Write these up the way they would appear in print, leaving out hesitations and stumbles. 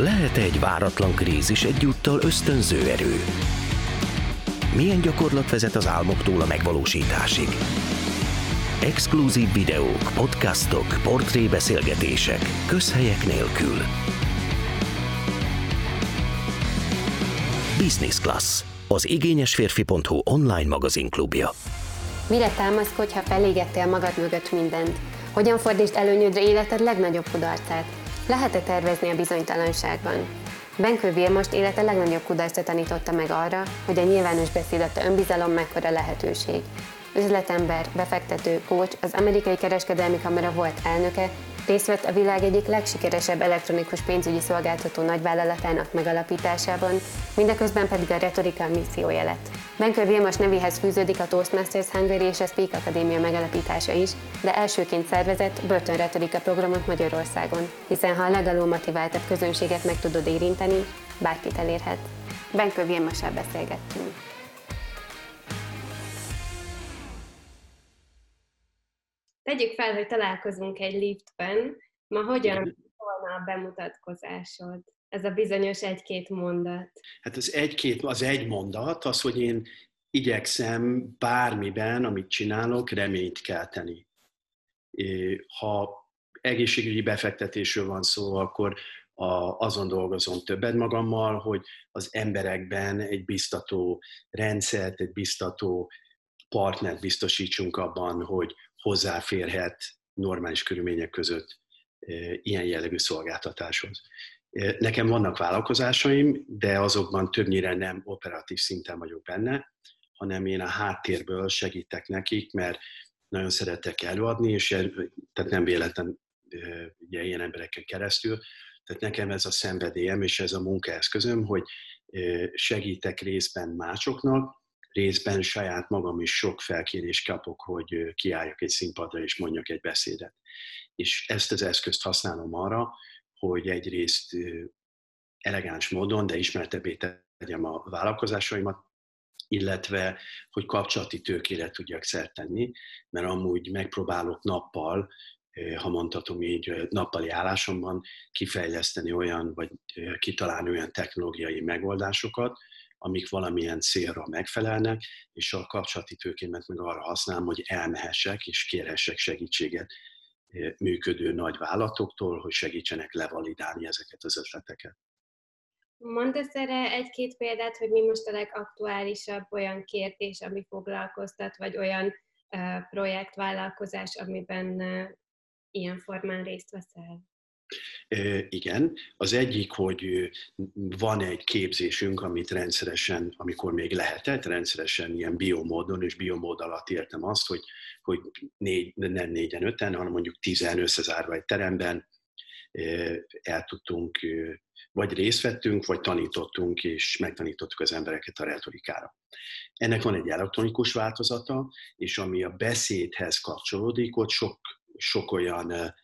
Lehet egy váratlan krízis egyúttal ösztönző erő? Milyen gyakorlat vezet az álmoktól a megvalósításig? Exkluzív videók, podcastok, portrébeszélgetések, közhelyek nélkül. Business Class, az igényesférfi.hu online magazinklubja. Mire támaszkodj, ha felégettél magad mögött mindent? Hogyan fordítsd előnyödre életed legnagyobb kudarcát? Lehet-e tervezni a bizonytalanságban? Benkő Vilmost élete legnagyobb kudarca tanította meg arra, hogy a nyilvános beszéd adta önbizalom mekkora lehetőség. Üzletember, befektető, coach, az Amerikai Kereskedelmi Kamara volt elnöke, részt vett a világ egyik legsikeresebb elektronikus pénzügyi szolgáltató nagyvállalatának megalapításában, mindeközben pedig a retorika missziója lett. Benkő Vilmos nevéhez fűződik a Toastmasters Hungary és a Speak Akadémia megalapítása is, de elsőként szervezett börtönretorika programot Magyarországon, hiszen ha a legalulmotiváltabb közönséget meg tudod érinteni, bárkit elérhet. Benkő Vilmossal beszélgettünk. Tegyük fel, hogy találkozunk egy liftben. Ma hogyan volna a bemutatkozásod? Ez a bizonyos egy-két mondat. Hát az egy mondat, az, hogy én igyekszem bármiben, amit csinálok, reményt kelteni. Ha egészségügyi befektetésről van szó, akkor azon dolgozom többet magammal, hogy az emberekben egy biztató rendszert, egy biztató partnert biztosítsunk abban, hogy hozzáférhet normális körülmények között ilyen jellegű szolgáltatáshoz. Nekem vannak vállalkozásaim, de azokban többnyire nem operatív szinten vagyok benne, hanem én a háttérből segítek nekik, mert nagyon szeretek előadni, és tehát nem véletlen ugye, ilyen embereken keresztül. Tehát nekem ez a szenvedélyem és ez a munkaeszközöm, hogy segítek részben másoknak, részben saját magam is sok felkérést kapok, hogy kiálljak egy színpadra és mondjak egy beszédet. És ezt az eszközt használom arra, hogy egyrészt elegáns módon, de ismertebbé tegyem a vállalkozásaimat, illetve hogy kapcsolati tőkére tudjak szert tenni, mert amúgy megpróbálok nappal, ha mondhatom így, nappali állásomban kifejleszteni olyan, vagy kitalálni olyan technológiai megoldásokat, amik valamilyen célra megfelelnek, és a kapcsolati tőkémet meg arra használom, hogy elmehessek és kérhessek segítséget működő nagy vállalatoktól, hogy segítsenek levalidálni ezeket az ötleteket. Mondasz erre egy-két példát, hogy mi most a legaktuálisabb olyan kérdés, ami foglalkoztat, vagy olyan projektvállalkozás, amiben ilyen formán részt veszel? Igen. Az egyik, hogy van egy képzésünk, amit rendszeresen, amikor még lehetett, rendszeresen ilyen biomódon, és biomód alatt értem azt, hogy nem 4-en, 5-en, hanem mondjuk 10-en összezárva egy teremben el tudtunk, vagy részt vettünk, vagy tanítottunk, és megtanítottuk az embereket a retorikára. Ennek van egy elektronikus változata, és ami a beszédhez kapcsolódik, ott sok olyan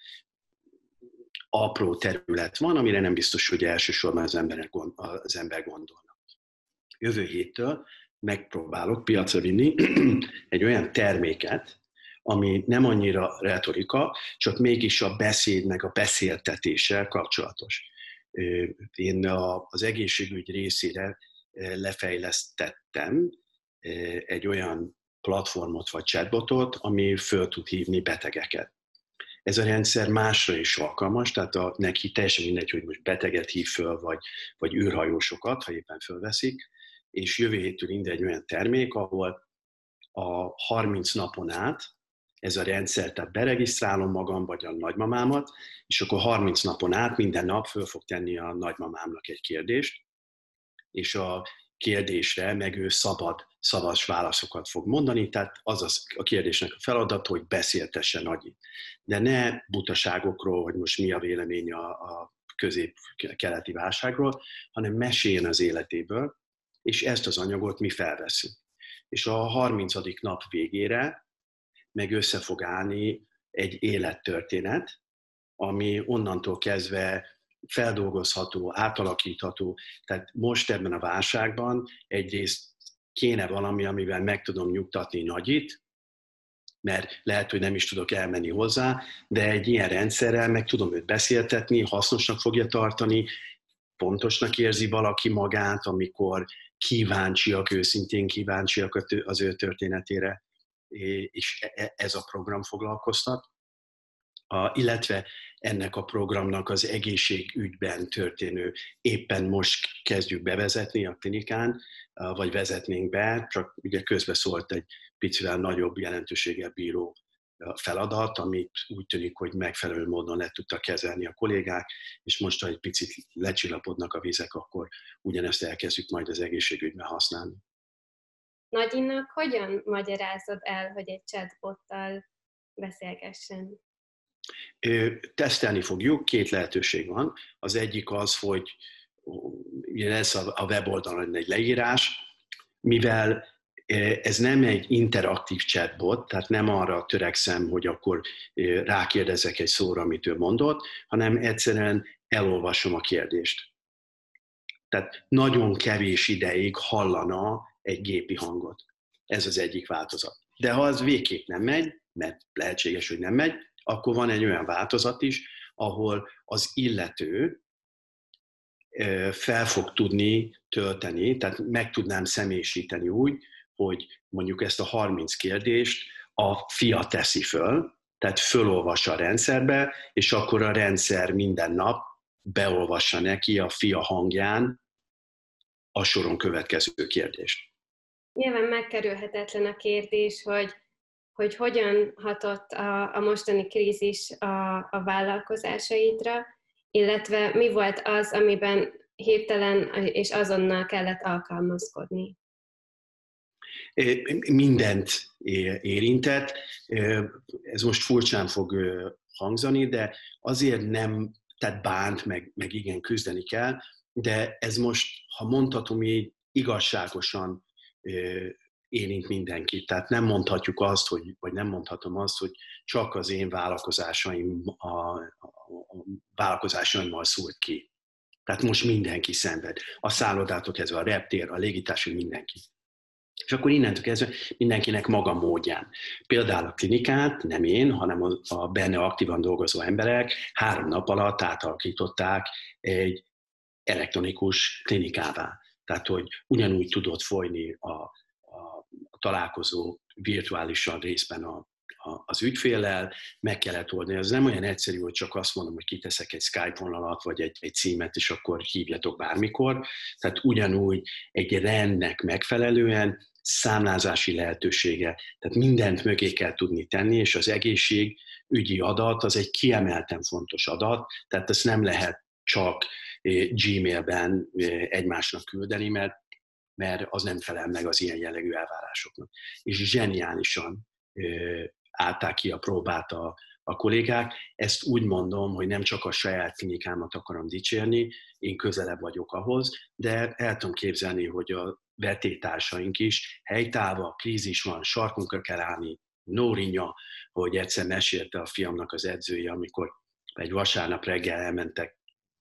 apró terület van, amire nem biztos, hogy elsősorban az ember gondolna. Jövő héttől megpróbálok piacra vinni egy olyan terméket, ami nem annyira retorika, csak mégis a beszédnek a beszéltetéssel kapcsolatos. Én az egészségügy részére lefejlesztettem egy olyan platformot vagy chatbotot, ami föl tud hívni betegeket. Ez a rendszer másra is alkalmas, tehát neki teljesen mindegy, hogy most beteget hív föl, vagy űrhajósokat, ha éppen fölveszik, és jövő héttől indul egy olyan termék, ahol a 30 napon át ez a rendszer, tehát beregisztrálom magam, vagy a nagymamámat, és akkor 30 napon át minden nap föl fog tenni a nagymamámnak egy kérdést, és a kérdésre meg ő szabad válaszokat fog mondani, tehát az a kérdésnek a feladat, hogy beszéltesse Nagyit. De ne butaságokról, hogy most mi a vélemény a közép-keleti válságról, hanem meséljen az életéből, és ezt az anyagot mi felveszünk. És a 30. nap végére meg össze fog állni egy élettörténet, ami onnantól kezdve feldolgozható, átalakítható. Tehát most ebben a válságban egyrészt kéne valami, amivel meg tudom nyugtatni Nagyit, mert lehet, hogy nem is tudok elmenni hozzá, de egy ilyen rendszerrel meg tudom őt beszéltetni, hasznosnak fogja tartani, fontosnak érzi valaki magát, amikor kíváncsiak, őszintén kíváncsiak az ő történetére, és ez a program foglalkoztat. Illetve ennek a programnak az egészségügyben történő, éppen most kezdjük bevezetni a klinikán, vagy vezetnénk be, csak ugye közbeszólt egy picivel nagyobb jelentőséggel bíró feladat, amit úgy tűnik, hogy megfelelő módon le tudtak kezelni a kollégák, és most, ha egy picit lecsillapodnak a vizek, akkor ugyanezt elkezdjük majd az egészségügyben használni. Nagyinnak hogyan magyarázod el, hogy egy chatbottal beszélgessen? Tesztelni fogjuk, 2 lehetőség van. Az egyik az, hogy lesz a weboldalon egy leírás, mivel ez nem egy interaktív chatbot, tehát nem arra törekszem, hogy akkor rákérdezek egy szóra, amit ő mondott, hanem egyszerűen elolvasom a kérdést. Tehát nagyon kevés ideig hallana egy gépi hangot. Ez az egyik változat. De ha az végképp nem megy, mert lehetséges, hogy nem megy, akkor van egy olyan változat is, ahol az illető fel fog tudni tölteni, tehát meg tudnám személyisíteni úgy, hogy mondjuk ezt a 30 kérdést a fia teszi föl, tehát fölolvassa a rendszerbe, és akkor a rendszer minden nap beolvassa neki a fia hangján a soron következő kérdést. Nyilván megkerülhetetlen a kérdés, hogy hogyan hatott a mostani krízis a vállalkozásaidra, illetve mi volt az, amiben hirtelen és azonnal kellett alkalmazkodni? Mindent érintett. Ez most furcsán fog hangzani, de azért nem, tehát bánt, meg igen küzdeni kell, de ez most, ha mondhatom így, igazságosan érint mindenkit. Tehát nem mondhatjuk azt, vagy nem mondhatom azt, hogy csak az én vállalkozásaimmal szúrt ki. Tehát most mindenki szenved. A szállodától kezdve a reptér, a légitársaság, mindenki. És akkor innentől kezdve mindenkinek maga módján. Például a klinikát nem én, hanem a benne aktívan dolgozó emberek 3 nap alatt átalakították egy elektronikus klinikává. Tehát, hogy ugyanúgy tudott folyni a találkozó virtuálisan részben az ügyféllel, meg kellett oldani. Ez nem olyan egyszerű, hogy csak azt mondom, hogy kiteszek egy Skype vonalat, vagy egy címet, és akkor hívjatok bármikor. Tehát ugyanúgy egy rendnek megfelelően számlázási lehetősége, tehát mindent mögé kell tudni tenni, és az egészségügyi adat az egy kiemelten fontos adat, tehát ezt nem lehet csak Gmailben egymásnak küldeni, mert az nem felel meg az ilyen jellegű elvárásoknak. És zseniálisan állták ki a próbát a kollégák. Ezt úgy mondom, hogy nem csak a saját klinikámat akarom dicsérni, én közelebb vagyok ahhoz, de el tudom képzelni, hogy a vetétársaink is helytállva, krízis van, sarkunkra kell állni, Nórinya, hogy egyszer mesélte a fiamnak az edzője, amikor egy vasárnap reggel elmentek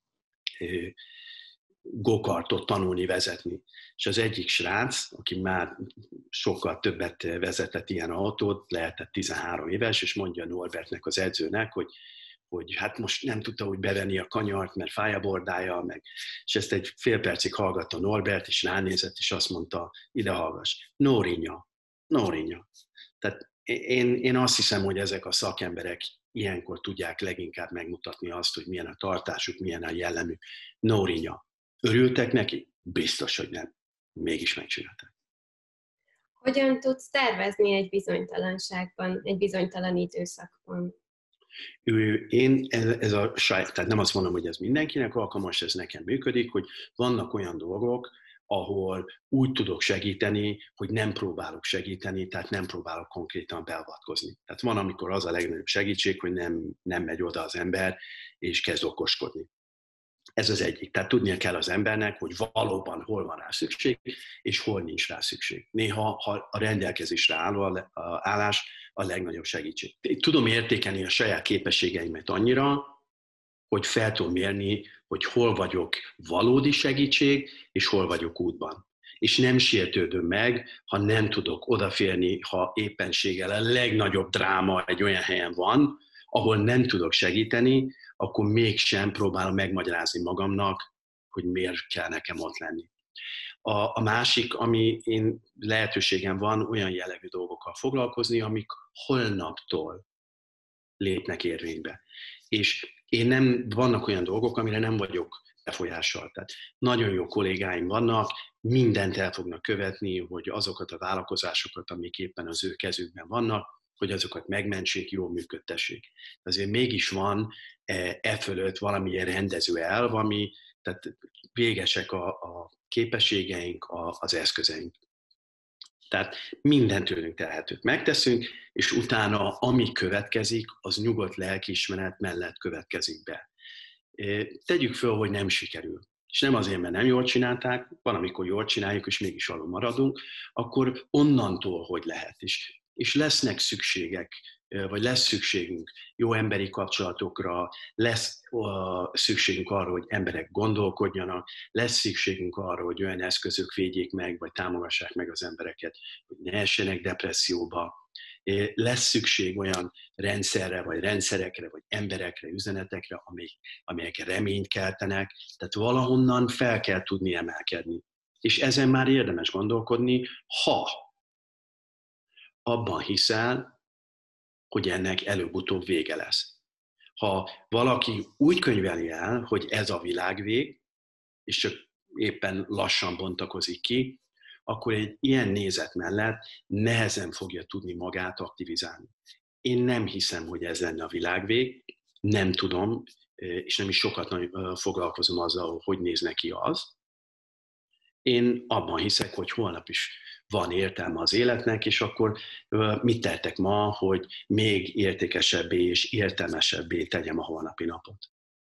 gokartot tanulni, vezetni. És az egyik srác, aki már sokkal többet vezetett ilyen autót, lehetett 13 éves, és mondja Norbertnek, az edzőnek, hogy hát most nem tudta úgy bevenni a kanyart, mert fáj a bordája, és ezt egy fél percig hallgatta Norbert, és ránézett, és azt mondta, ide hallgass, Nórinya. Tehát én azt hiszem, hogy ezek a szakemberek ilyenkor tudják leginkább megmutatni azt, hogy milyen a tartásuk, milyen a jellemük. Nórinya. Örültek neki? Biztos, hogy nem. Mégis megcsinálták. Hogyan tudsz tervezni egy bizonytalanságban, egy bizonytalan időszakban? Tehát nem azt mondom, hogy ez mindenkinek alkalmas, ez nekem működik, hogy vannak olyan dolgok, ahol úgy tudok segíteni, hogy nem próbálok segíteni, tehát nem próbálok konkrétan beavatkozni. Tehát van, amikor az a legnagyobb segítség, hogy nem megy oda az ember, és kezd okoskodni. Ez az egyik. Tehát tudnia kell az embernek, hogy valóban hol van rá szükség, és hol nincs rá szükség. Néha a rendelkezésre álló állás a legnagyobb segítség. Tudom értékelni a saját képességeimet annyira, hogy fel tudom mérni, hogy hol vagyok valódi segítség, és hol vagyok útban. És nem sértődöm meg, ha nem tudok odaférni, ha éppenséggel a legnagyobb dráma egy olyan helyen van, ahol nem tudok segíteni, akkor mégsem próbálom megmagyarázni magamnak, hogy miért kell nekem ott lenni. A másik, ami én lehetőségem van olyan jellegű dolgokkal foglalkozni, amik holnaptól lépnek érvénybe. És vannak olyan dolgok, amire nem vagyok befolyással. Tehát nagyon jó kollégáim vannak, mindent el fognak követni, hogy azokat a vállalkozásokat, amik éppen az ő kezükben vannak, hogy azokat megmentsék, jól működtessék. Azért mégis van fölött valamilyen rendező elv, tehát végesek a képességeink, az eszközeink. Tehát minden tőlünk telhetőt megteszünk, és utána ami következik, az nyugodt lelkiismeret mellett következik be. Tegyük föl, hogy nem sikerül. És nem azért, mert nem jól csinálták, van, amikor jól csináljuk, és mégis alul maradunk, akkor onnantól hogy lehet. És lesznek szükségek, vagy lesz szükségünk jó emberi kapcsolatokra, lesz szükségünk arra, hogy emberek gondolkodjanak, lesz szükségünk arra, hogy olyan eszközök védjék meg, vagy támogassák meg az embereket, hogy ne essenek depresszióba. Lesz szükség olyan rendszerre, vagy rendszerekre, vagy emberekre, üzenetekre, amelyek reményt keltenek, tehát valahonnan fel kell tudni emelkedni. És ezen már érdemes gondolkodni, ha abban hiszel, hogy ennek előbb-utóbb vége lesz. Ha valaki úgy könyveli el, hogy ez a világvég, és csak éppen lassan bontakozik ki, akkor egy ilyen nézet mellett nehezen fogja tudni magát aktivizálni. Én nem hiszem, hogy ez lenne a világvég, nem tudom, és nem is sokat foglalkozom azzal, hogy néz neki az. Én abban hiszek, hogy holnap is van értelme az életnek, és akkor mit tettek ma, hogy még értékesebbé és értelmesebbé tegyem a holnapi napot.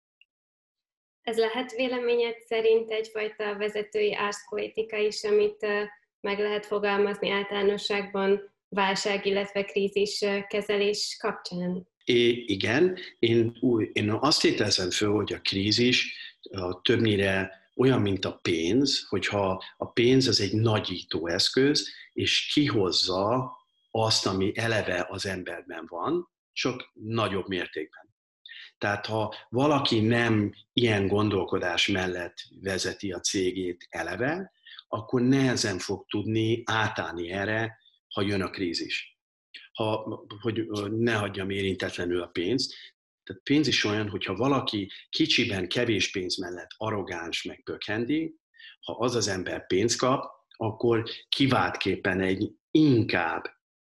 Ez lehet véleményed szerint egyfajta vezetői árszpolitika is, amit meg lehet fogalmazni általánosságban válság, illetve krízis kezelés kapcsán? Igen, én azt tételezem föl, hogy a krízis többnyire olyan, mint a pénz, hogyha a pénz az egy nagyító eszköz, és kihozza azt, ami eleve az emberben van, csak nagyobb mértékben. Tehát ha valaki nem ilyen gondolkodás mellett vezeti a cégét eleve, akkor nehezen fog tudni átállni erre, ha jön a krízis. Hogy ne hagyjam érintetlenül a pénzt. Tehát pénz is olyan, hogyha valaki kicsiben kevés pénz mellett arrogáns meg pökhendi, ha az az ember pénzt kap, akkor kiváltképpen egy inkább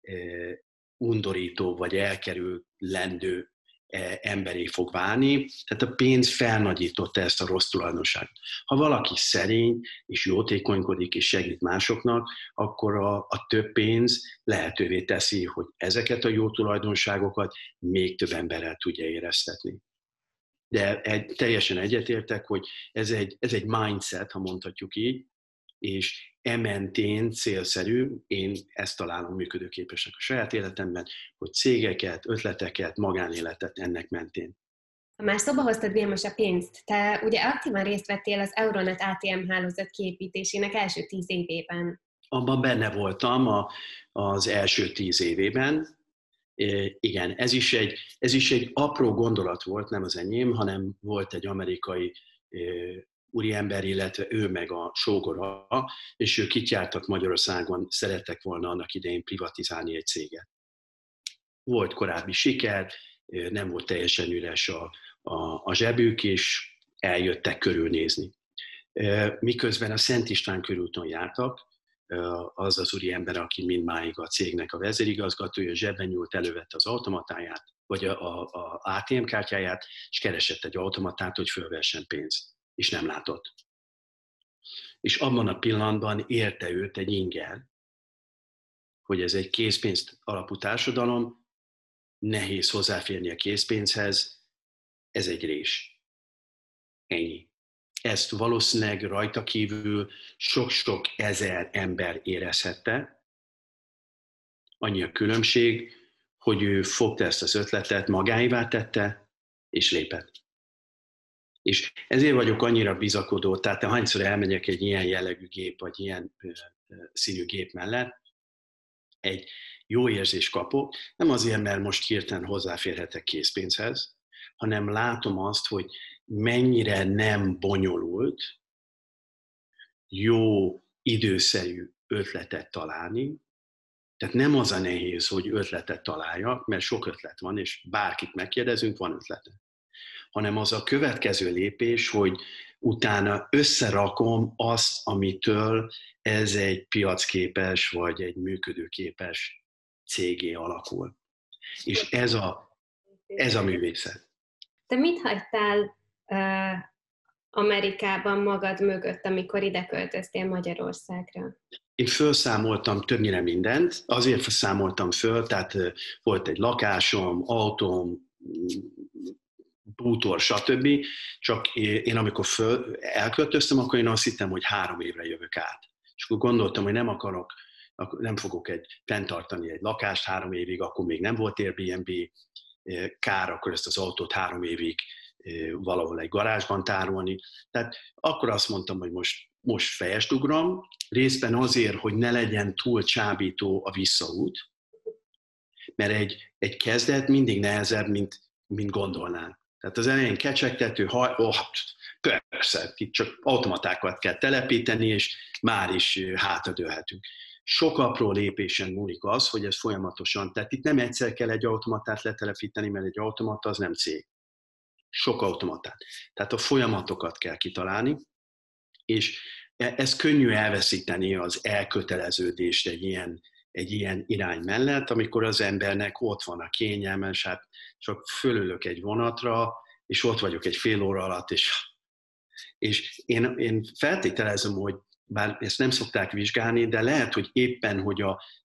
undorító vagy elkerülendő emberé fog válni, tehát a pénz felnagyította ezt a rossz tulajdonságot. Ha valaki szerény és jótékonykodik és segít másoknak, akkor a több pénz lehetővé teszi, hogy ezeket a jó tulajdonságokat még több emberrel tudja éreztetni. De teljesen egyetértek, hogy ez egy mindset, ha mondhatjuk így, és ementén célszerű, én ezt találom működőképesnek a saját életemben, hogy cégeket, ötleteket, magánéletet ennek mentén. Ha már szóba hoztad, Vilmos, a pénzt, te ugye aktívan részt vettél az Euronet ATM hálózat kiépítésének első 10 évében. Abban benne voltam az első 10 évében. Igen, ez is egy apró gondolat volt, nem az enyém, hanem volt egy amerikai úriember, illetve ő meg a sógora, és ők itt jártak Magyarországon, szerettek volna annak idején privatizálni egy céget. Volt korábbi siker, nem volt teljesen üres a zsebük, és eljöttek körülnézni. Miközben a Szent István körúton jártak, az az úriember, aki mindmáig a cégnek a vezérigazgatója, zsebben nyúlt, elővette az automatáját, vagy a ATM kártyáját, és keresett egy automatát, hogy fölvessen pénzt. És nem látott. És abban a pillanatban érte őt egy inger, hogy ez egy készpénz alapú társadalom, nehéz hozzáférni a készpénzhez, ez egy rés. Ennyi. Ezt valószínűleg rajta kívül sok-sok ezer ember érezhette. Annyi a különbség, hogy ő fogta ezt az ötletet, magáévá tette, és lépett. És ezért vagyok annyira bizakodó, tehát hányszor elmegyek egy ilyen jellegű gép, vagy ilyen színű gép mellett, egy jó érzést kapok, nem azért, mert most hirtelen hozzáférhetek készpénzhez, hanem látom azt, hogy mennyire nem bonyolult jó, időszerű ötletet találni. Tehát nem az a nehéz, hogy ötletet találjak, mert sok ötlet van, és bárkit megkérdezünk, van ötlete. Hanem az a következő lépés, hogy utána összerakom azt, amitől ez egy piacképes, vagy egy működőképes cégé alakul. És ez a művészet. Te mit hagytál Amerikában magad mögött, amikor ide költöztél Magyarországra? Én felszámoltam többnyire mindent, azért számoltam föl, tehát volt egy lakásom, autóm, bútor, stb. Csak én amikor elköltöztem, akkor én azt hittem, hogy 3 évre jövök át. És akkor gondoltam, hogy nem fogok fenntartani egy lakást 3 évig, akkor még nem volt Airbnb, kár akkor ezt az autót 3 évig valahol egy garázsban tárolni. Tehát akkor azt mondtam, hogy most fejest ugrom, részben azért, hogy ne legyen túl csábító a visszaút, mert egy kezdet mindig nehezebb, mint gondolnánk. Tehát az elején kecsegtető, persze, itt csak automatákat kell telepíteni, és már is hátradőlhetünk. Sok apró lépésen múlik az, hogy ez folyamatosan, tehát itt nem egyszer kell egy automatát letelepíteni, mert egy automata az nem cég. Sok automatát. Tehát a folyamatokat kell kitalálni, és ez könnyű elveszíteni az elköteleződést egy ilyen irány mellett, amikor az embernek ott van a kényelmes, hát csak fölülök egy vonatra, és ott vagyok egy fél óra alatt, és én feltételezem, hogy bár ezt nem szokták vizsgálni, de lehet, hogy éppen, hogy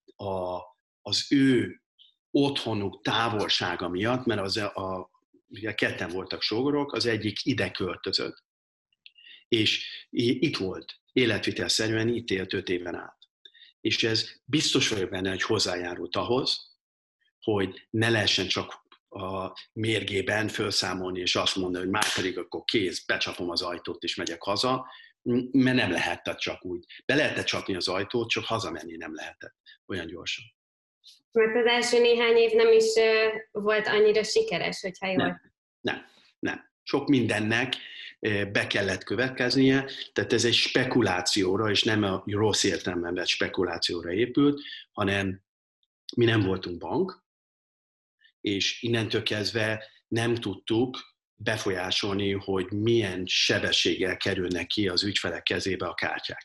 az ő otthonuk távolsága miatt, mert ugye ketten voltak sógorok, az egyik ide költözött. És itt volt, életvitelszerűen itt élt 5 éven át. És ez biztos vagyok benne, hogy hozzájárult ahhoz, hogy ne lehessen csak a mérgében felszámolni, és azt mondani, hogy már pedig akkor kész, becsapom az ajtót, és megyek haza, mert nem lehetett csak úgy. Be lehetett csapni az ajtót, csak hazamenni nem lehetett olyan gyorsan. Mert az első néhány év nem is volt annyira sikeres, hogyha jól... Nem. Sok mindennek be kellett következnie, tehát ez egy spekulációra, és nem a rossz értelemben vett spekulációra épült, hanem mi nem voltunk bank, és innentől kezdve nem tudtuk befolyásolni, hogy milyen sebességgel kerülnek ki az ügyfelek kezébe a kártyák.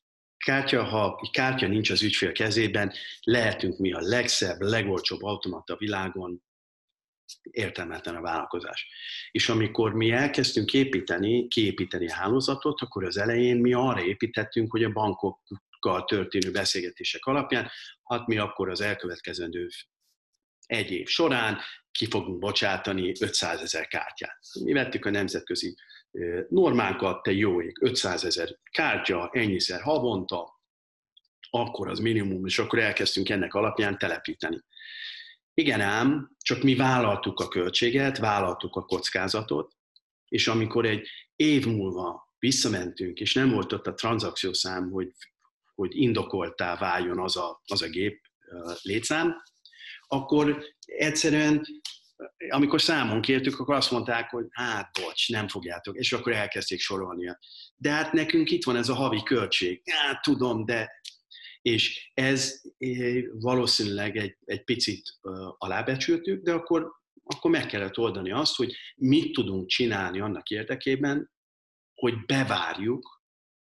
Ha kártya nincs az ügyfél kezében, lehetünk mi a legszebb, legolcsóbb automata a világon, értelmetlen a vállalkozás. És amikor mi elkezdtünk kiépíteni a hálózatot, akkor az elején mi arra építettünk, hogy a bankokkal történő beszélgetések alapján, mi akkor az elkövetkezendő 1 év során ki fogunk bocsátani 500 000 kártyát. Mi vettük a nemzetközi normánkat, te jó ég, 500 000 kártya, ennyiszer havonta, akkor az minimum, és akkor elkezdtünk ennek alapján telepíteni. Igen ám, csak mi vállaltuk a költséget, vállaltuk a kockázatot, és amikor egy év múlva visszamentünk, és nem volt ott a tranzakciószám, hogy indokoltá váljon az a gép létszám, akkor egyszerűen, amikor számon kértük, akkor azt mondták, hogy bocs, nem fogjátok, és akkor elkezdték sorolni. De hát nekünk itt van ez a havi költség. Tudom, de... És ez valószínűleg egy picit alábecsültük, de akkor meg kellett oldani azt, hogy mit tudunk csinálni annak érdekében, hogy bevárjuk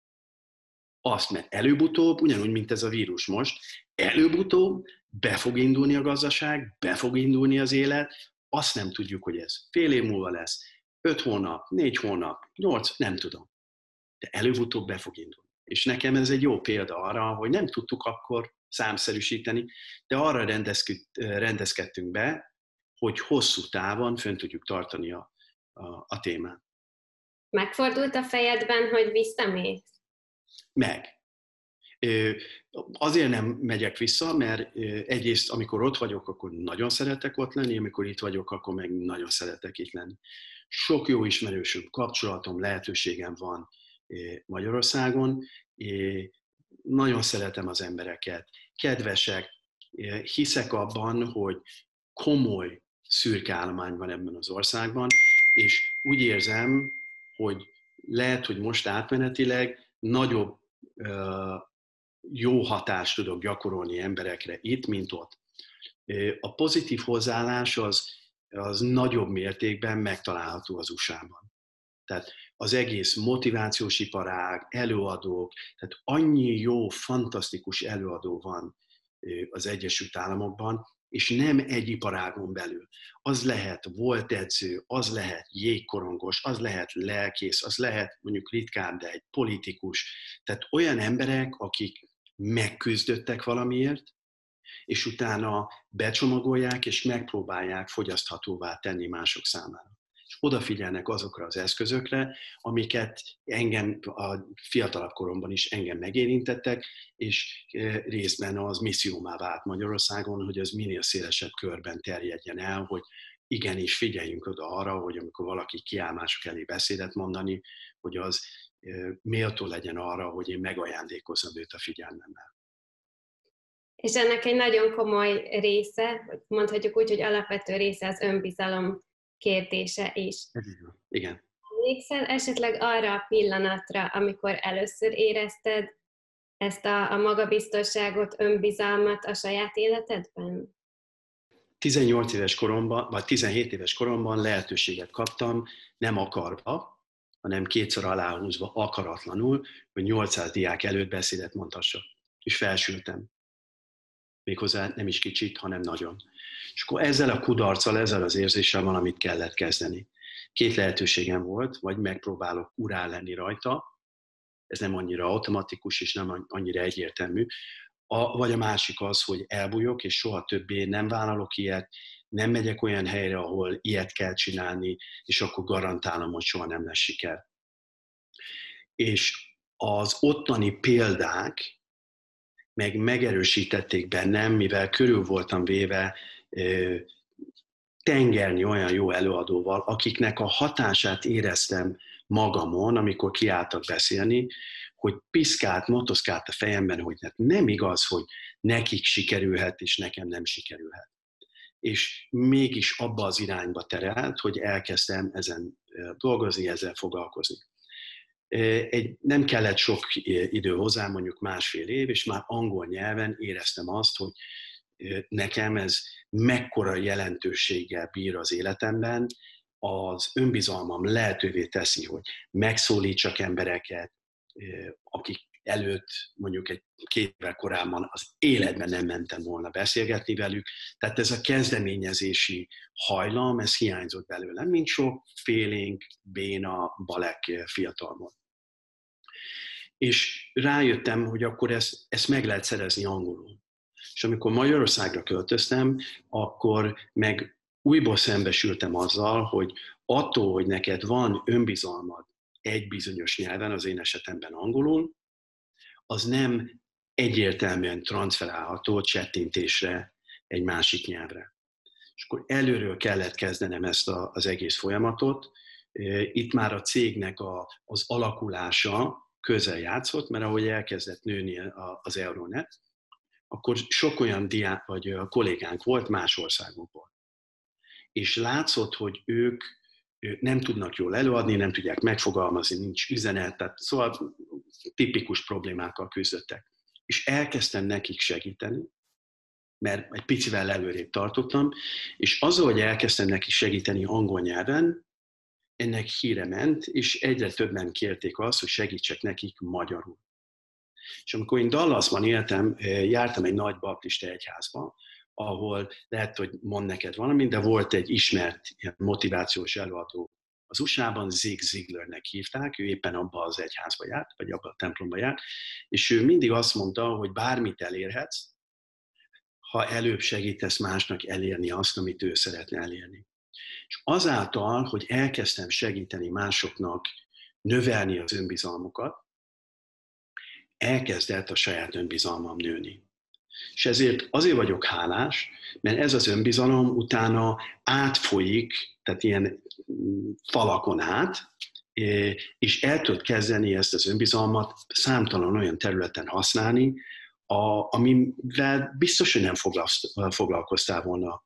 azt, mert előbb-utóbb, ugyanúgy, mint ez a vírus most, előbb-utóbb be fog indulni a gazdaság, be fog indulni az élet, azt nem tudjuk, hogy ez fél év múlva lesz, 5 hónap, 4 hónap, 8, nem tudom. De előbb-utóbb be fog indulni. És nekem ez egy jó példa arra, hogy nem tudtuk akkor számszerűsíteni, de arra rendezkedtünk be, hogy hosszú távon fönn tudjuk tartani a témát. Megfordult a fejedben, hogy visszamész? Meg. Azért nem megyek vissza, mert egyrészt, amikor ott vagyok, akkor nagyon szeretek ott lenni, amikor itt vagyok, akkor meg nagyon szeretek itt lenni. Sok jó ismerősöm, kapcsolatom, lehetőségem van Magyarországon. Nagyon szeretem az embereket, kedvesek, hiszek abban, hogy komoly szürke állomány van ebben az országban, és úgy érzem, hogy lehet, hogy most átmenetileg nagyobb jó hatást tudok gyakorolni emberekre itt, mint ott. A pozitív hozzáállás az nagyobb mértékben megtalálható az USA-ban. Tehát az egész motivációs iparág, előadók, tehát annyi jó, fantasztikus előadó van az Egyesült Államokban, és nem egy iparágon belül. Az lehet volt edző, az lehet jégkorongos, az lehet lelkész, az lehet mondjuk ritkán, de egy politikus. Tehát olyan emberek, akik megküzdöttek valamiért, és utána becsomagolják, és megpróbálják fogyaszthatóvá tenni mások számára. És odafigyelnek azokra az eszközökre, amiket engem a fiatalabb koromban is engem megérintettek, és részben az missziómá vált Magyarországon, hogy az minél szélesebb körben terjedjen el, hogy igenis figyeljünk oda arra, hogy amikor valaki kiáll mások elé beszédet mondani, hogy az méltó legyen arra, hogy én megajándékozzam őt a figyelmemmel. És ennek egy nagyon komoly része, vagy mondhatjuk úgy, hogy alapvető része az önbizalom kérdése is. Igen. Emlékszel esetleg arra a pillanatra, amikor először érezted ezt a magabiztosságot, önbizalmat a saját életedben? 18 éves koromban, vagy 17 éves koromban lehetőséget kaptam, nem akarva, hanem kétszer aláhúzva akaratlanul, hogy 800 diák előtt beszédet mondhassak. És felsültem. Méghozzá nem is kicsit, hanem nagyon. És akkor ezzel a kudarccal, ezzel az érzéssel valamit kellett kezdeni. 2 lehetőségem volt, vagy megpróbálok urá lenni rajta, ez nem annyira automatikus, és nem annyira egyértelmű, vagy a másik az, hogy elbújok, és soha többé nem vállalok ilyet, nem megyek olyan helyre, ahol ilyet kell csinálni, és akkor garantálom, hogy soha nem lesz siker. És az ottani példák meg megerősítették bennem, mivel körül voltam véve tengernyi olyan jó előadóval, akiknek a hatását éreztem magamon, amikor kiálltak beszélni, hogy piszkált, motoszkált a fejemben, hogy nem igaz, hogy nekik sikerülhet, és nekem nem sikerülhet. És mégis abba az irányba terelt, hogy elkezdtem ezen dolgozni, ezzel foglalkozni. Nem kellett sok idő hozzá, mondjuk 1,5 év, és már angol nyelven éreztem azt, hogy nekem ez mekkora jelentőséggel bír az életemben, az önbizalmam lehetővé teszi, hogy megszólítsak embereket, akik előtt mondjuk 2 évvel korábban az életben nem mentem volna beszélgetni velük. Tehát ez a kezdeményezési hajlam, ez hiányzott belőlem, mint sok félénk, béna, balek fiatalban. És rájöttem, hogy akkor ezt meg lehet szerezni angolul. És amikor Magyarországra költöztem, akkor meg újból szembesültem azzal, hogy attól, hogy neked van önbizalmad egy bizonyos nyelven, az én esetemben angolul, az nem egyértelműen transferálható csettintésre egy másik nyelvre. És akkor előről kellett kezdenem ezt az egész folyamatot. Itt már a cégnek az alakulása közel játszott, mert ahogy elkezdett nőni az Euronet, akkor sok olyan diák vagy kollégánk volt más országokból. És látszott, hogy ők nem tudnak jól előadni, nem tudják megfogalmazni, nincs üzenet, tehát szóval tipikus problémákkal küzdöttek. És elkezdtem nekik segíteni, mert egy picivel előrébb tartottam, és azzal, hogy elkezdtem nekik segíteni angol nyelven, ennek híre ment, és egyre többen kérték azt, hogy segítsek nekik magyarul. És amikor én Dallasban éltem, jártam egy nagy baptista egyházba, ahol lehet, hogy mond neked valamit, de volt egy ismert motivációs előadó az USA-ban, Zig Ziglarnek hívták, ő éppen abba az egyházba járt, vagy abba a templomba járt, és ő mindig azt mondta, hogy bármit elérhetsz, ha előbb segítesz másnak elérni azt, amit ő szeretne elérni. És azáltal, hogy elkezdtem segíteni másoknak növelni az önbizalmukat, elkezdett a saját önbizalmam nőni. És ezért azért vagyok hálás, mert ez az önbizalom utána átfolyik, tehát ilyen falakon át, és el tudod kezdeni ezt az önbizalmat számtalan olyan területen használni, amivel biztos, hogy nem foglalkoztál volna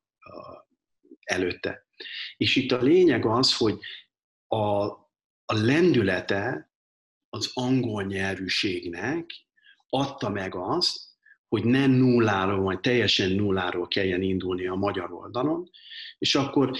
előtte. És itt a lényeg az, hogy a lendülete az angol nyelvűségnek adta meg azt, hogy nem nulláról, vagy teljesen nulláról kelljen indulni a magyar oldalon, és akkor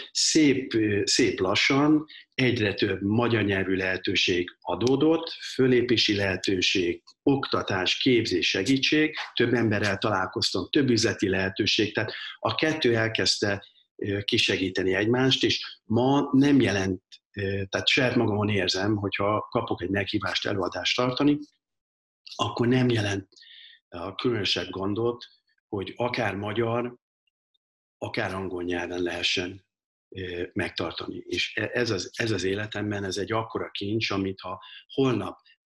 szép lassan egyre több magyar nyelvű lehetőség adódott, fölépési lehetőség, oktatás, képzés, segítség, több emberrel találkoztam, több üzleti lehetőség, tehát a kettő elkezdte kisegíteni egymást, és ma nem jelent, tehát saját magamon érzem, hogyha kapok egy meghívást előadást tartani, akkor nem jelent a különösebb gondot, hogy akár magyar, akár angol nyelven lehessen megtartani. És ez az életemben, ez egy akkora kincs, amit ha holnap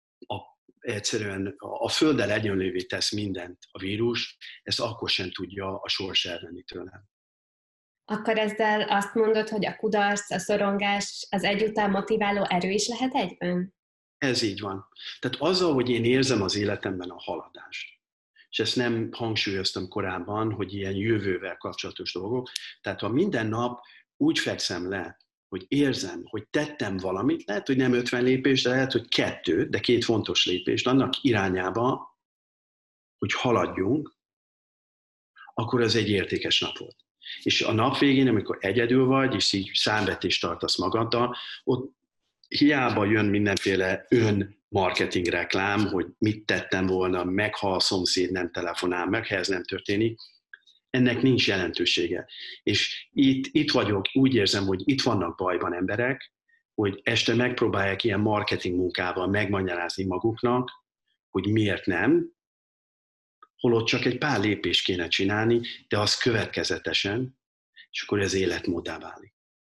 egyszerűen a földdel egyenlővé tesz mindent a vírus, ezt akkor sem tudja a sors elvenni tőlem. Akkor ezzel azt mondod, hogy a kudarc, a szorongás az egyúttal motiváló erő is lehet egyben? Ez így van. Tehát azzal, hogy én érzem az életemben a haladást, és ezt nem hangsúlyoztam korábban, hogy ilyen jövővel kapcsolatos dolgok, tehát ha minden nap úgy fekszem le, hogy érzem, hogy tettem valamit, lehet, hogy nem 50 lépés, de lehet, hogy 2, de 2 fontos lépést annak irányába, hogy haladjunk, akkor az egy értékes nap volt. És a nap végén, amikor egyedül vagy, és így számvetést tartasz magaddal, ott hiába jön mindenféle marketing reklám, hogy mit tettem volna, meg ha a szomszéd nem telefonál, meg ha ez nem történik, ennek nincs jelentősége. És itt vagyok, úgy érzem, hogy itt vannak bajban emberek, hogy este megpróbálják ilyen marketing munkával megmagyarázni maguknak, hogy miért nem, holott csak egy pár lépést kéne csinálni, de az következetesen, és akkor ez életmóddá válik.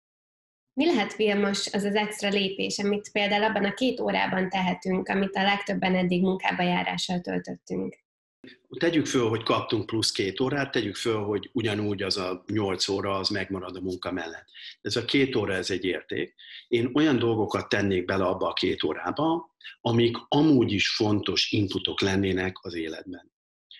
Mi lehet, Vilmos, az az extra lépés, amit például abban a 2 órában tehetünk, amit a legtöbben eddig munkába járással töltöttünk? Tegyük föl, hogy kaptunk plusz 2 órát, tegyük föl, hogy ugyanúgy az a 8 óra az megmarad a munka mellett. Ez a 2 óra, ez egy érték. Én olyan dolgokat tennék bele abba a 2 órába, amik amúgy is fontos inputok lennének az életben.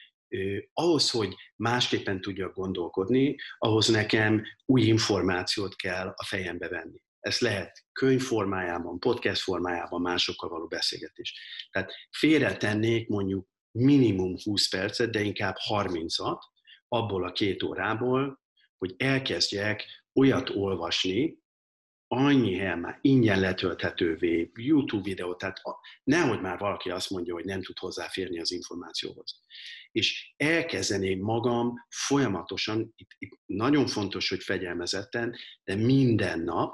Ahhoz, hogy másképpen tudjak gondolkodni, ahhoz nekem új információt kell a fejembe venni. Ez lehet könyv formájában, podcast formájában, másokkal való beszélgetés. Tehát félretennék mondjuk minimum 20 percet, de inkább 30-at abból a 2 órából, hogy elkezdjek olyat olvasni, annyi helyen már ingyen letölthetővé, YouTube videó, tehát nehogy már valaki azt mondja, hogy nem tud hozzáférni az információhoz. És elkezdeném magam folyamatosan, itt nagyon fontos, hogy fegyelmezetten, de minden nap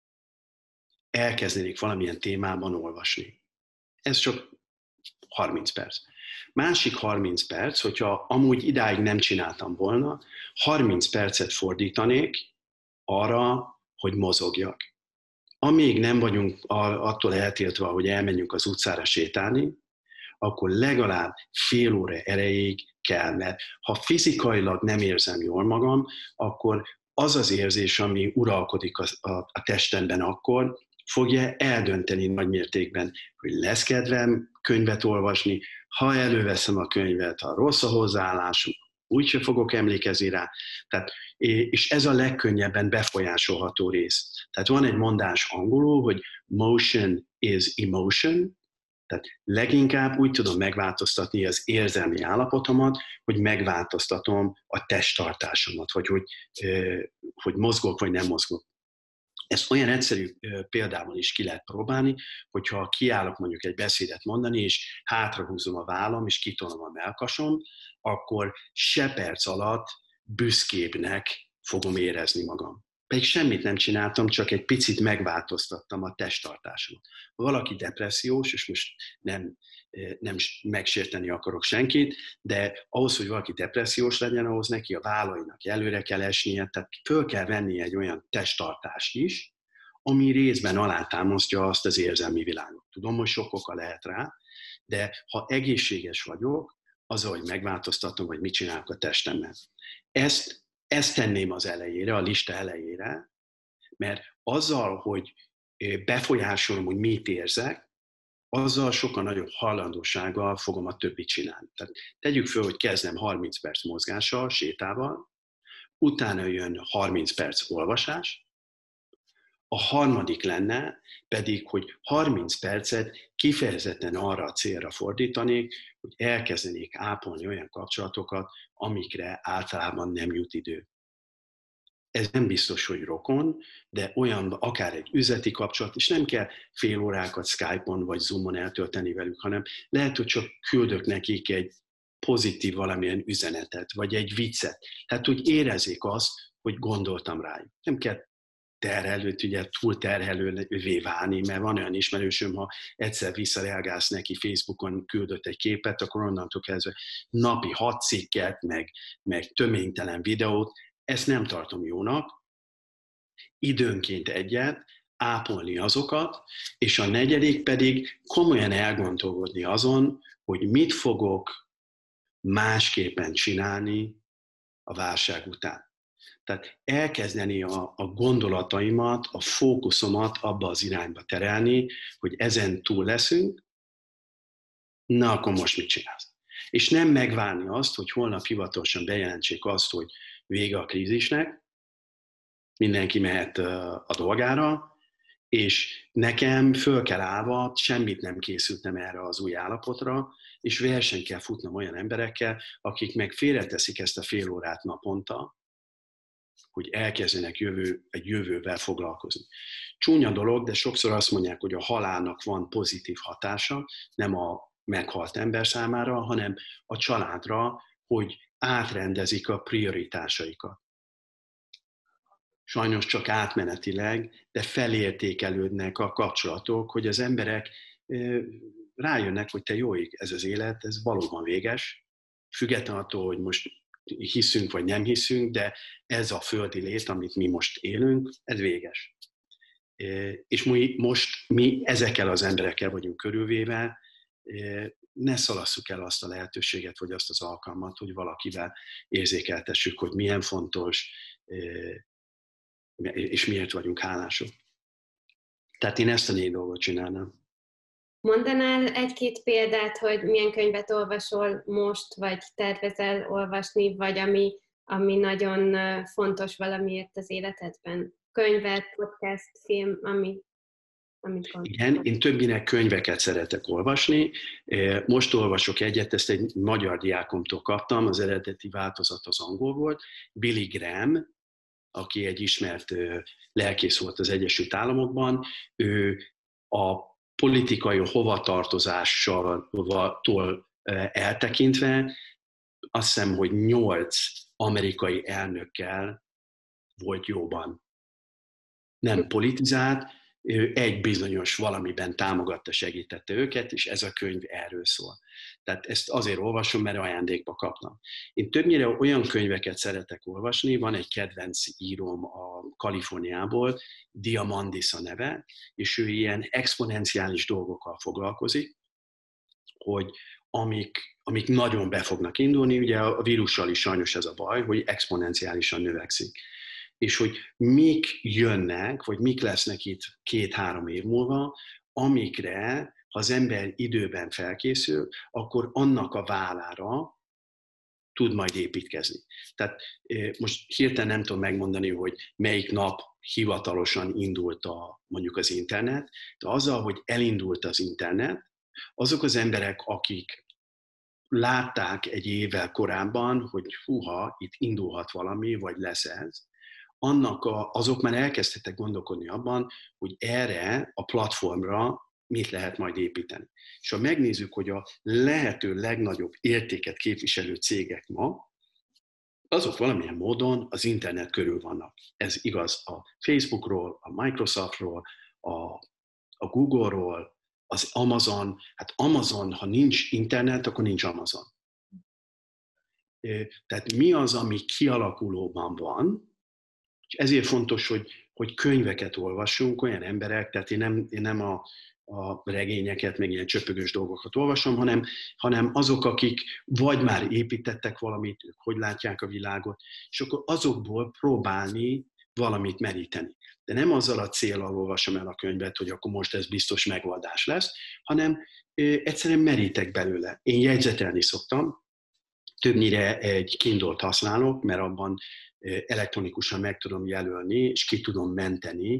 elkezdenék valamilyen témában olvasni. Ez csak 30 perc. Másik 30 perc, hogyha amúgy idáig nem csináltam volna, 30 percet fordítanék arra, hogy mozogjak. Amíg nem vagyunk attól eltiltva, hogy elmenjünk az utcára sétálni, akkor legalább fél óra erejéig kell, mert ha fizikailag nem érzem jól magam, akkor az az érzés, ami uralkodik a testemben akkor, fogja eldönteni nagymértékben, hogy lesz kedvem könyvet olvasni, ha előveszem a könyvet, ha rossz a hozzáállásom, úgyse fogok emlékezni rá. Tehát, és ez a legkönnyebben befolyásolható rész. Tehát van egy mondás angolul, hogy motion is emotion, tehát leginkább úgy tudom megváltoztatni az érzelmi állapotomat, hogy megváltoztatom a testtartásomat, vagy hogy mozgok, vagy nem mozgok. Ezt olyan egyszerű példával is ki lehet próbálni, hogyha kiállok mondjuk egy beszédet mondani, és hátrahúzom a vállam, és kitolom a mellkasom, akkor se perc alatt büszkébbnek fogom érezni magam. Pedig semmit nem csináltam, csak egy picit megváltoztattam a testtartásomat. Ha valaki depressziós, és most nem megsérteni akarok senkit, de ahhoz, hogy valaki depressziós legyen, ahhoz neki a vállainak előre kell esnie, tehát föl kell venni egy olyan testtartást is, ami részben alátámasztja azt az érzelmi világot. Tudom, hogy sok oka lehet rá, de ha egészséges vagyok, azzal, hogy megváltoztatom, hogy mit csinálok a testemmel. Ezt tenném az elejére, a lista elejére, mert azzal, hogy befolyásolom, hogy mit érzek, azzal sokkal nagyobb hajlandósággal fogom a többit csinálni. Tehát tegyük föl, hogy kezdem 30 perc mozgással, sétával, utána jön 30 perc olvasás, A harmadik lenne pedig, hogy 30 percet kifejezetten arra a célra fordítanék, hogy elkezdenék ápolni olyan kapcsolatokat, amikre általában nem jut idő. Ez nem biztos, hogy rokon, de olyan akár egy üzleti kapcsolat, és nem kell fél órákat Skype-on vagy Zoom-on eltölteni velük, hanem lehet, hogy csak küldök nekik egy pozitív valamilyen üzenetet, vagy egy viccet. Tehát, hogy érezzék azt, hogy gondoltam rájuk. Nem kell túl terhelővé válni, mert van olyan ismerősöm, ha egyszer visszareagálsz neki Facebookon, küldött egy képet, akkor onnantól kezdve napi 6 cikket, meg töménytelen videót, ezt nem tartom jónak. Időnként egyet, ápolni azokat, és a negyedik pedig komolyan elgondolkodni azon, hogy mit fogok másképpen csinálni a válság után. Tehát elkezdeni a gondolataimat, a fókuszomat abba az irányba terelni, hogy ezen túl leszünk, na akkor most mit csinálsz? És nem megvárni azt, hogy holnap hivatalosan bejelentsék azt, hogy vége a krízisnek, mindenki mehet a dolgára, és nekem föl kell állva, semmit nem készültem erre az új állapotra, és versenyt kell futnom olyan emberekkel, akik meg félreteszik ezt a fél órát naponta, hogy elkezdenek egy jövővel foglalkozni. Csúnya dolog, de sokszor azt mondják, hogy a halálnak van pozitív hatása, nem a meghalt ember számára, hanem a családra, hogy átrendezik a prioritásaikat. Sajnos csak átmenetileg, de felértékelődnek a kapcsolatok, hogy az emberek rájönnek, hogy te jó ég, ez az élet, ez valóban véges, függetlenül attól, hogy most hiszünk vagy nem hiszünk, de ez a földi lét, amit mi most élünk, ez véges. És most mi ezekkel az emberekkel vagyunk körülvéve, ne szalasszuk el azt a lehetőséget, vagy azt az alkalmat, hogy valakivel érzékeltessük, hogy milyen fontos, és miért vagyunk hálások. Tehát én ezt a 4 dolgot csinálnám. Mondanál egy-két példát, hogy milyen könyvet olvasol most, vagy tervezel olvasni, vagy ami nagyon fontos valamiért az életedben? Könyvet, podcast, film, amit gondolsz? Igen, én többinek könyveket szeretek olvasni. Most olvasok egyet, ezt egy magyar diákomtól kaptam, az eredeti változat az angol volt. Billy Graham, aki egy ismert lelkész volt az Egyesült Államokban, ő a politikai hovatartozástól eltekintve azt hiszem, hogy 8 amerikai elnökkel volt jóban. Nem politizált, ő egy bizonyos valamiben támogatta, segítette őket, és ez a könyv erről szól. Tehát ezt azért olvasom, mert ajándékba kaptam. Én többnyire olyan könyveket szeretek olvasni, van egy kedvenc íróm a Kaliforniából, Diamandis a neve, és ő ilyen exponenciális dolgokkal foglalkozik, hogy amik nagyon be fognak indulni, ugye a vírussal is sajnos ez a baj, hogy exponenciálisan növekszik. És hogy mik jönnek, vagy mik lesznek itt 2-3 év múlva, amikre, ha az ember időben felkészül, akkor annak a vállára tud majd építkezni. Tehát most hirtelen nem tudom megmondani, hogy melyik nap hivatalosan indult mondjuk az internet, de azzal, hogy elindult az internet, azok az emberek, akik látták egy évvel korábban, hogy húha, itt indulhat valami, vagy lesz ez, azok már elkezdhetek gondolkodni abban, hogy erre a platformra mit lehet majd építeni. És ha megnézzük, hogy a lehető legnagyobb értéket képviselő cégek ma, azok valamilyen módon az internet körül vannak. Ez igaz a Facebookról, a Microsoftról, a Googleról, az Amazon. Hát Amazon, ha nincs internet, akkor nincs Amazon. Tehát mi az, ami kialakulóban van, és ezért fontos, hogy könyveket olvassunk, olyan emberek, tehát én nem a regényeket, meg ilyen csöpögös dolgokat olvasom, hanem azok, akik vagy már építettek valamit, ők hogy látják a világot, és akkor azokból próbálni valamit meríteni. De nem azzal a céllal olvasom el a könyvet, hogy akkor most ez biztos megoldás lesz, hanem egyszerűen merítek belőle. Én jegyzetelni szoktam, többnyire egy Kindle-t használok, mert abban elektronikusan meg tudom jelölni, és ki tudom menteni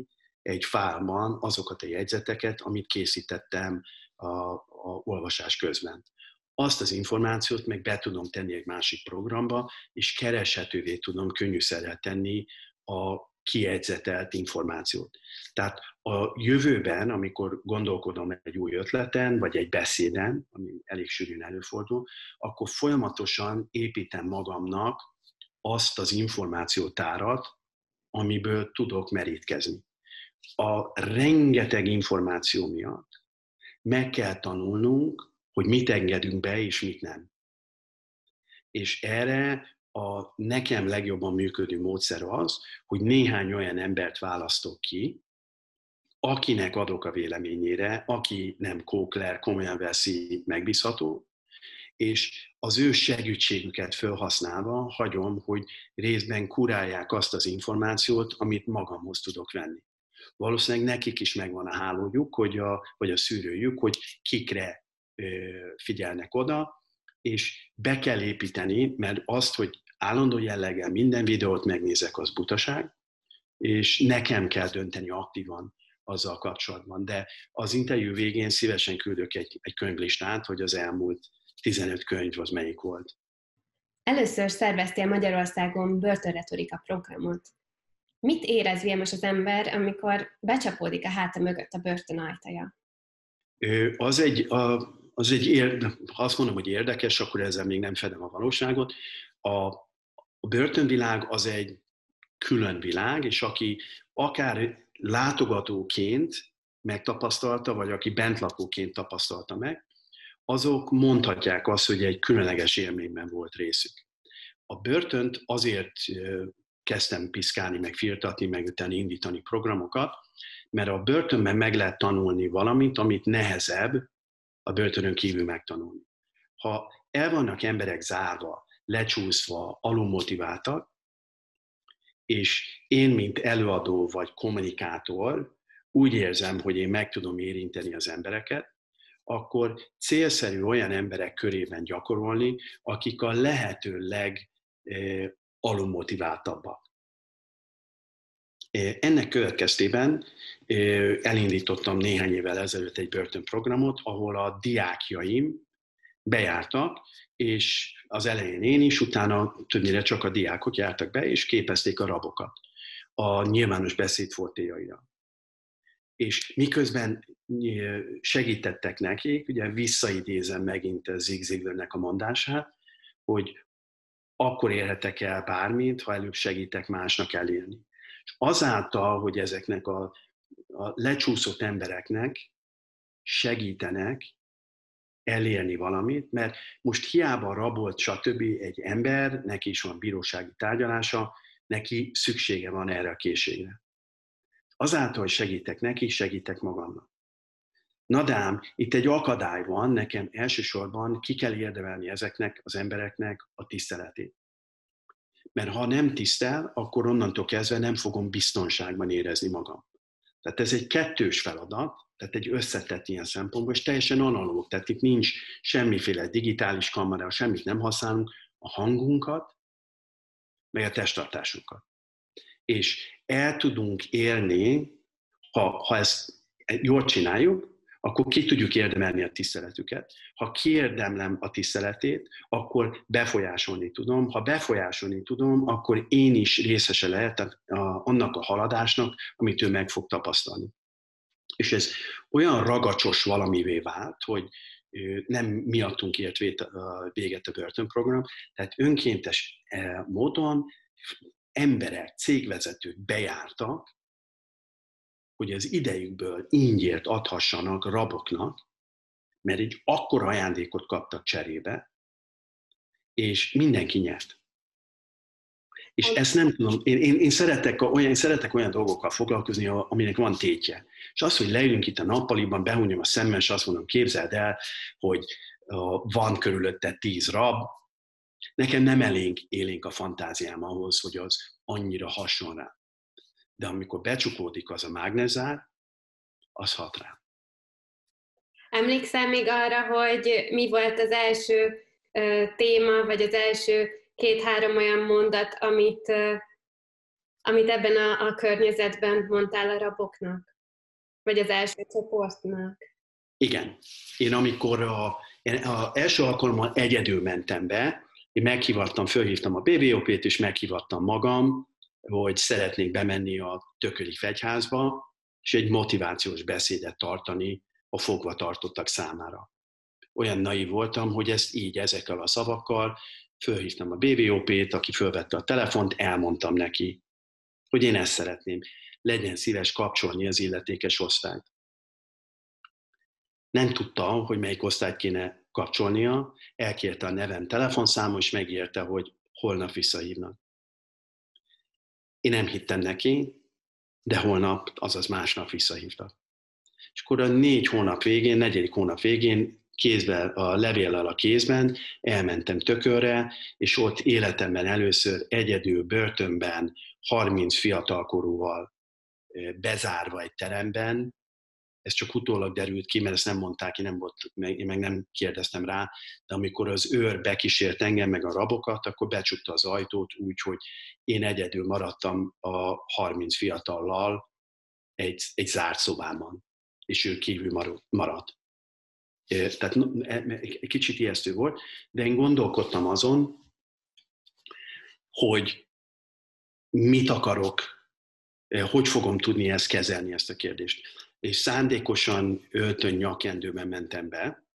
egy fájlban azokat a jegyzeteket, amit készítettem a olvasás közben. Azt az információt meg be tudom tenni egy másik programba, és kereshetővé tudom könnyűszerrel tenni a kijegyzetelt információt. Tehát a jövőben, amikor gondolkodom egy új ötleten, vagy egy beszéden, ami elég sűrűn előfordul, akkor folyamatosan építem magamnak azt az információtárat, amiből tudok merítkezni. A rengeteg információ miatt meg kell tanulnunk, hogy mit engedünk be, és mit nem. És erre a nekem legjobban működő módszer az, hogy néhány olyan embert választok ki, akinek adok a véleményére, aki nem kókler, komolyan veszi, megbízható, és az ő segítségüket felhasználva hagyom, hogy részben kurálják azt az információt, amit magamhoz tudok venni. Valószínűleg nekik is megvan a hálójuk, vagy a szűrőjük, hogy kikre figyelnek oda, és be kell építeni, mert azt, hogy állandó jelleggel minden videót megnézek, az butaság, és nekem kell dönteni aktívan azzal kapcsolatban. De az interjú végén szívesen küldök egy könyvlistát, hogy az elmúlt 15 könyv az melyik volt. Először szerveztél Magyarországon börtönretorika programot. Mit érez Vilmos az ember, amikor becsapódik a háta mögött a börtön ajtaja? Azt mondom, hogy érdekes, akkor ezzel még nem fedem a valóságot. A börtönvilág az egy külön világ, és aki akár látogatóként megtapasztalta, vagy aki bentlakóként tapasztalta meg, azok mondhatják azt, hogy egy különleges élményben volt részük. A börtönt azért kezdtem piszkálni, meg firtatni, meg utána indítani programokat, mert a börtönben meg lehet tanulni valamit, amit nehezebb a börtönön kívül megtanulni. Ha el vannak emberek zárva, lecsúszva, alulmotiváltak, és én, mint előadó vagy kommunikátor úgy érzem, hogy én meg tudom érinteni az embereket, akkor célszerű olyan emberek körében gyakorolni, akik a lehető legalulmotiváltabbak. Ennek következtében elindítottam néhány évvel ezelőtt egy börtönprogramot, ahol a diákjaim bejártak, és az elején én is, utána többnyire csak a diákok jártak be, és képezték a rabokat a nyilvános beszédfortéjaira. És miközben segítettek nekik, ugye visszaidézem megint Zig Ziglarnek a mondását, hogy akkor érhetek el bármit, ha előbb segítek másnak elérni. És azáltal, hogy ezeknek a lecsúszott embereknek segítenek elérni valamit, mert most hiába rabolt, stb. Egy ember, neki is van bírósági tárgyalása, neki szüksége van erre a készségre. Azáltal, hogy segítek neki, segítek magamnak. Na de ám, itt egy akadály van, nekem elsősorban ki kell érdemelni ezeknek az embereknek a tiszteletét. Mert ha nem tisztel, akkor onnantól kezdve nem fogom biztonságban érezni magam. Tehát ez egy kettős feladat, tehát egy összetett ilyen szempontból, és teljesen analóg. Tehát itt nincs semmiféle digitális kamera, semmit nem használunk, a hangunkat, meg a testtartásunkat. És el tudunk élni, ha ezt jól csináljuk, akkor ki tudjuk érdemelni a tiszteletüket. Ha kiérdemlem a tiszteletét, akkor befolyásolni tudom. Ha befolyásolni tudom, akkor én is részese lehetek annak a haladásnak, amit ő meg fog tapasztalni. És ez olyan ragacsos valamivé vált, hogy nem miattunk ért véget a börtönprogram, tehát önkéntes módon emberek, cégvezetők bejártak, hogy az idejükből ingyért adhassanak raboknak, mert egy akkora ajándékot kaptak cserébe, és mindenki nyert. És ezt nem tudom, én szeretek olyan dolgokkal foglalkozni, aminek van tétje. És az, hogy leülünk itt a nappaliban, behúnyom a szemmel, és azt mondom, képzeld el, hogy van körülötte 10 rab, nekem nem elég élénk a fantáziám ahhoz, hogy az annyira hasson rá. De amikor becsukódik az a mágnezzár, az hat rá. Emlékszel még arra, hogy mi volt az első téma, vagy az első 2-3 olyan mondat, amit amit ebben a környezetben mondtál a raboknak? Vagy az első csoportnak? Igen. Én amikor az első alkalommal egyedül mentem be, én fölhívtam a BVOP-t, és meghívattam magam, hogy szeretnék bemenni a Tököli Fegyházba, és egy motivációs beszédet tartani a fogvatartottak számára. Olyan naív voltam, hogy ezt így, ezekkel a szavakkal fölhívtam a BVOP-t, aki fölvette a telefont, elmondtam neki, hogy én ezt szeretném. Legyen szíves kapcsolni az illetékes osztályt. Nem tudta, hogy melyik osztályt kéne kapcsolnia, elkérte a nevem, telefonszámot, és megírta, hogy holnap visszahívnak. Én nem hittem neki, de holnap, azaz másnap visszahívtak. És akkor a 4 hónap végén, kézben, a levéllel a kézben elmentem Tökölre, és ott életemben először egyedül börtönben, 30 fiatalkorúval bezárva egy teremben, ez csak utólag derült ki, mert ezt nem mondták ki, én meg nem kérdeztem rá, de amikor az őr bekísért engem, meg a rabokat, akkor becsukta az ajtót úgy, hogy én egyedül maradtam a 30 fiatallal egy zárt szobában, és ő kívül maradt. Tehát egy kicsit ijesztő volt, de én gondolkodtam azon, hogy mit akarok, hogy fogom tudni kezelni ezt a kérdést. És szándékosan öltön nyakkendőben mentem be.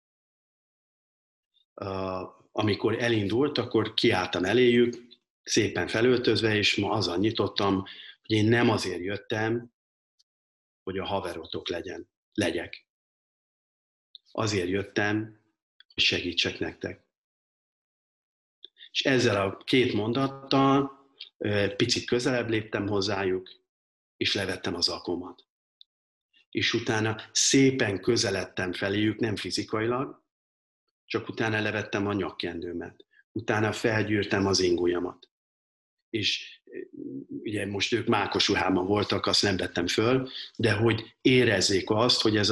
Amikor elindult, akkor kiálltam eléjük, szépen felöltözve, és ma azzal nyitottam, hogy én nem azért jöttem, hogy a haverotok legyek. Azért jöttem, hogy segítsek nektek. És ezzel a 2 mondattal picit közelebb léptem hozzájuk, és levettem az alkomat. És utána szépen közeledtem feléjük, nem fizikailag, csak utána levettem a nyakkendőmet. Utána felgyűrtem az ingójamat. És ugye most ők mákos ruhában voltak, azt nem vettem föl, de hogy érezzék azt, hogy ez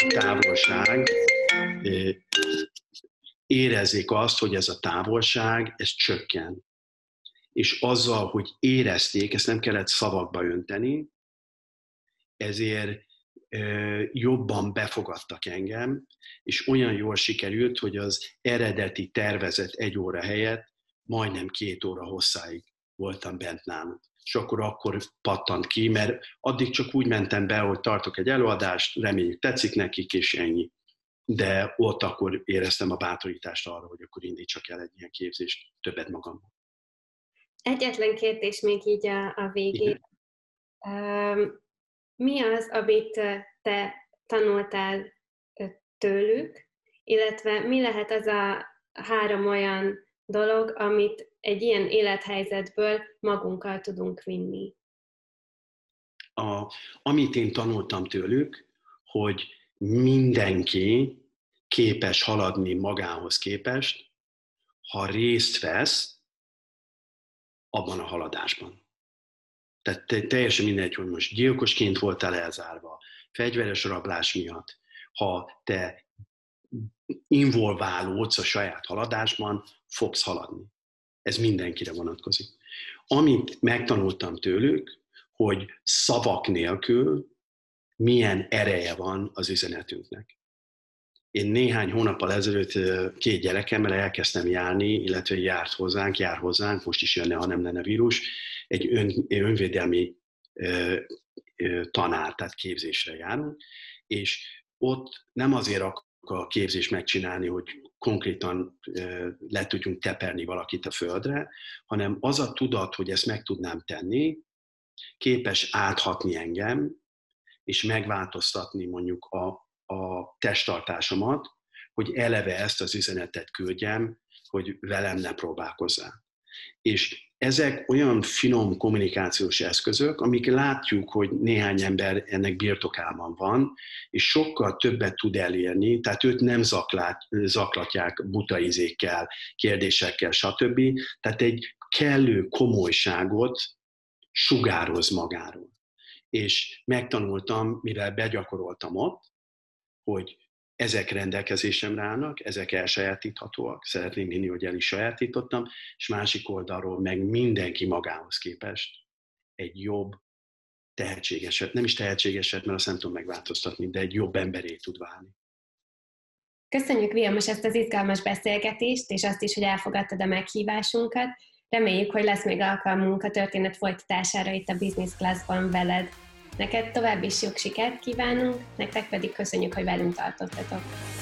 a távolság, ez csökken. És azzal, hogy érezték, ezt nem kellett szavakba önteni, ezért jobban befogadtak engem, és olyan jól sikerült, hogy az eredeti tervezett 1 óra helyett majdnem 2 óra hosszáig voltam bent náluk. És akkor pattant ki, mert addig csak úgy mentem be, hogy tartok egy előadást, reméljük tetszik nekik, és ennyi. De ott akkor éreztem a bátorítást arra, hogy akkor indítsak el egy ilyen képzést többet magamban. Egyetlen kérdés még így a végén. Mi az, amit te tanultál tőlük, illetve mi lehet az a 3 olyan dolog, amit egy ilyen élethelyzetből magunkkal tudunk vinni? Amit én tanultam tőlük, hogy mindenki képes haladni magához képest, ha részt vesz abban a haladásban. Tehát teljesen mindegy, hogy most gyilkosként voltál elzárva, fegyveres rablás miatt, ha te involválódsz a saját haladásban, fogsz haladni. Ez mindenkire vonatkozik. Amit megtanultam tőlük, hogy szavak nélkül milyen ereje van az üzenetünknek. Én néhány hónappal ezelőtt 2 gyerekemmel elkezdtem járni, illetve jár hozzánk, most is jönne, ha nem lenne vírus, egy önvédelmi tanár, tehát képzésre járunk, és ott nem azért a képzést megcsinálni, hogy konkrétan le tudjunk teperni valakit a földre, hanem az a tudat, hogy ezt meg tudnám tenni, képes áthatni engem, és megváltoztatni mondjuk a testtartásomat, hogy eleve ezt az üzenetet küldjem, hogy velem ne próbálkozzál. És ezek olyan finom kommunikációs eszközök, amik látjuk, hogy néhány ember ennek birtokában van, és sokkal többet tud elérni, tehát őt nem zaklatják buta izékkel, kérdésekkel, stb. Tehát egy kellő komolyságot sugároz magáról. És megtanultam, mivel begyakoroltam ott, hogy ezek rendelkezésemre állnak, ezek elsajátíthatóak, szeretném hinni, hogy el is sajátítottam, és másik oldalról meg mindenki magához képest egy jobb, tehetségeset, nem is tehetségeset, mert azt nem tudom megváltoztatni, de egy jobb emberé tud válni. Köszönjük, Vilmos, ezt az izgalmas beszélgetést, és azt is, hogy elfogadtad a meghívásunkat. Reméljük, hogy lesz még alkalmunk a történet folytatására itt a Business Classban veled. Neked további sok sikert kívánunk, nektek pedig köszönjük, hogy velünk tartottatok.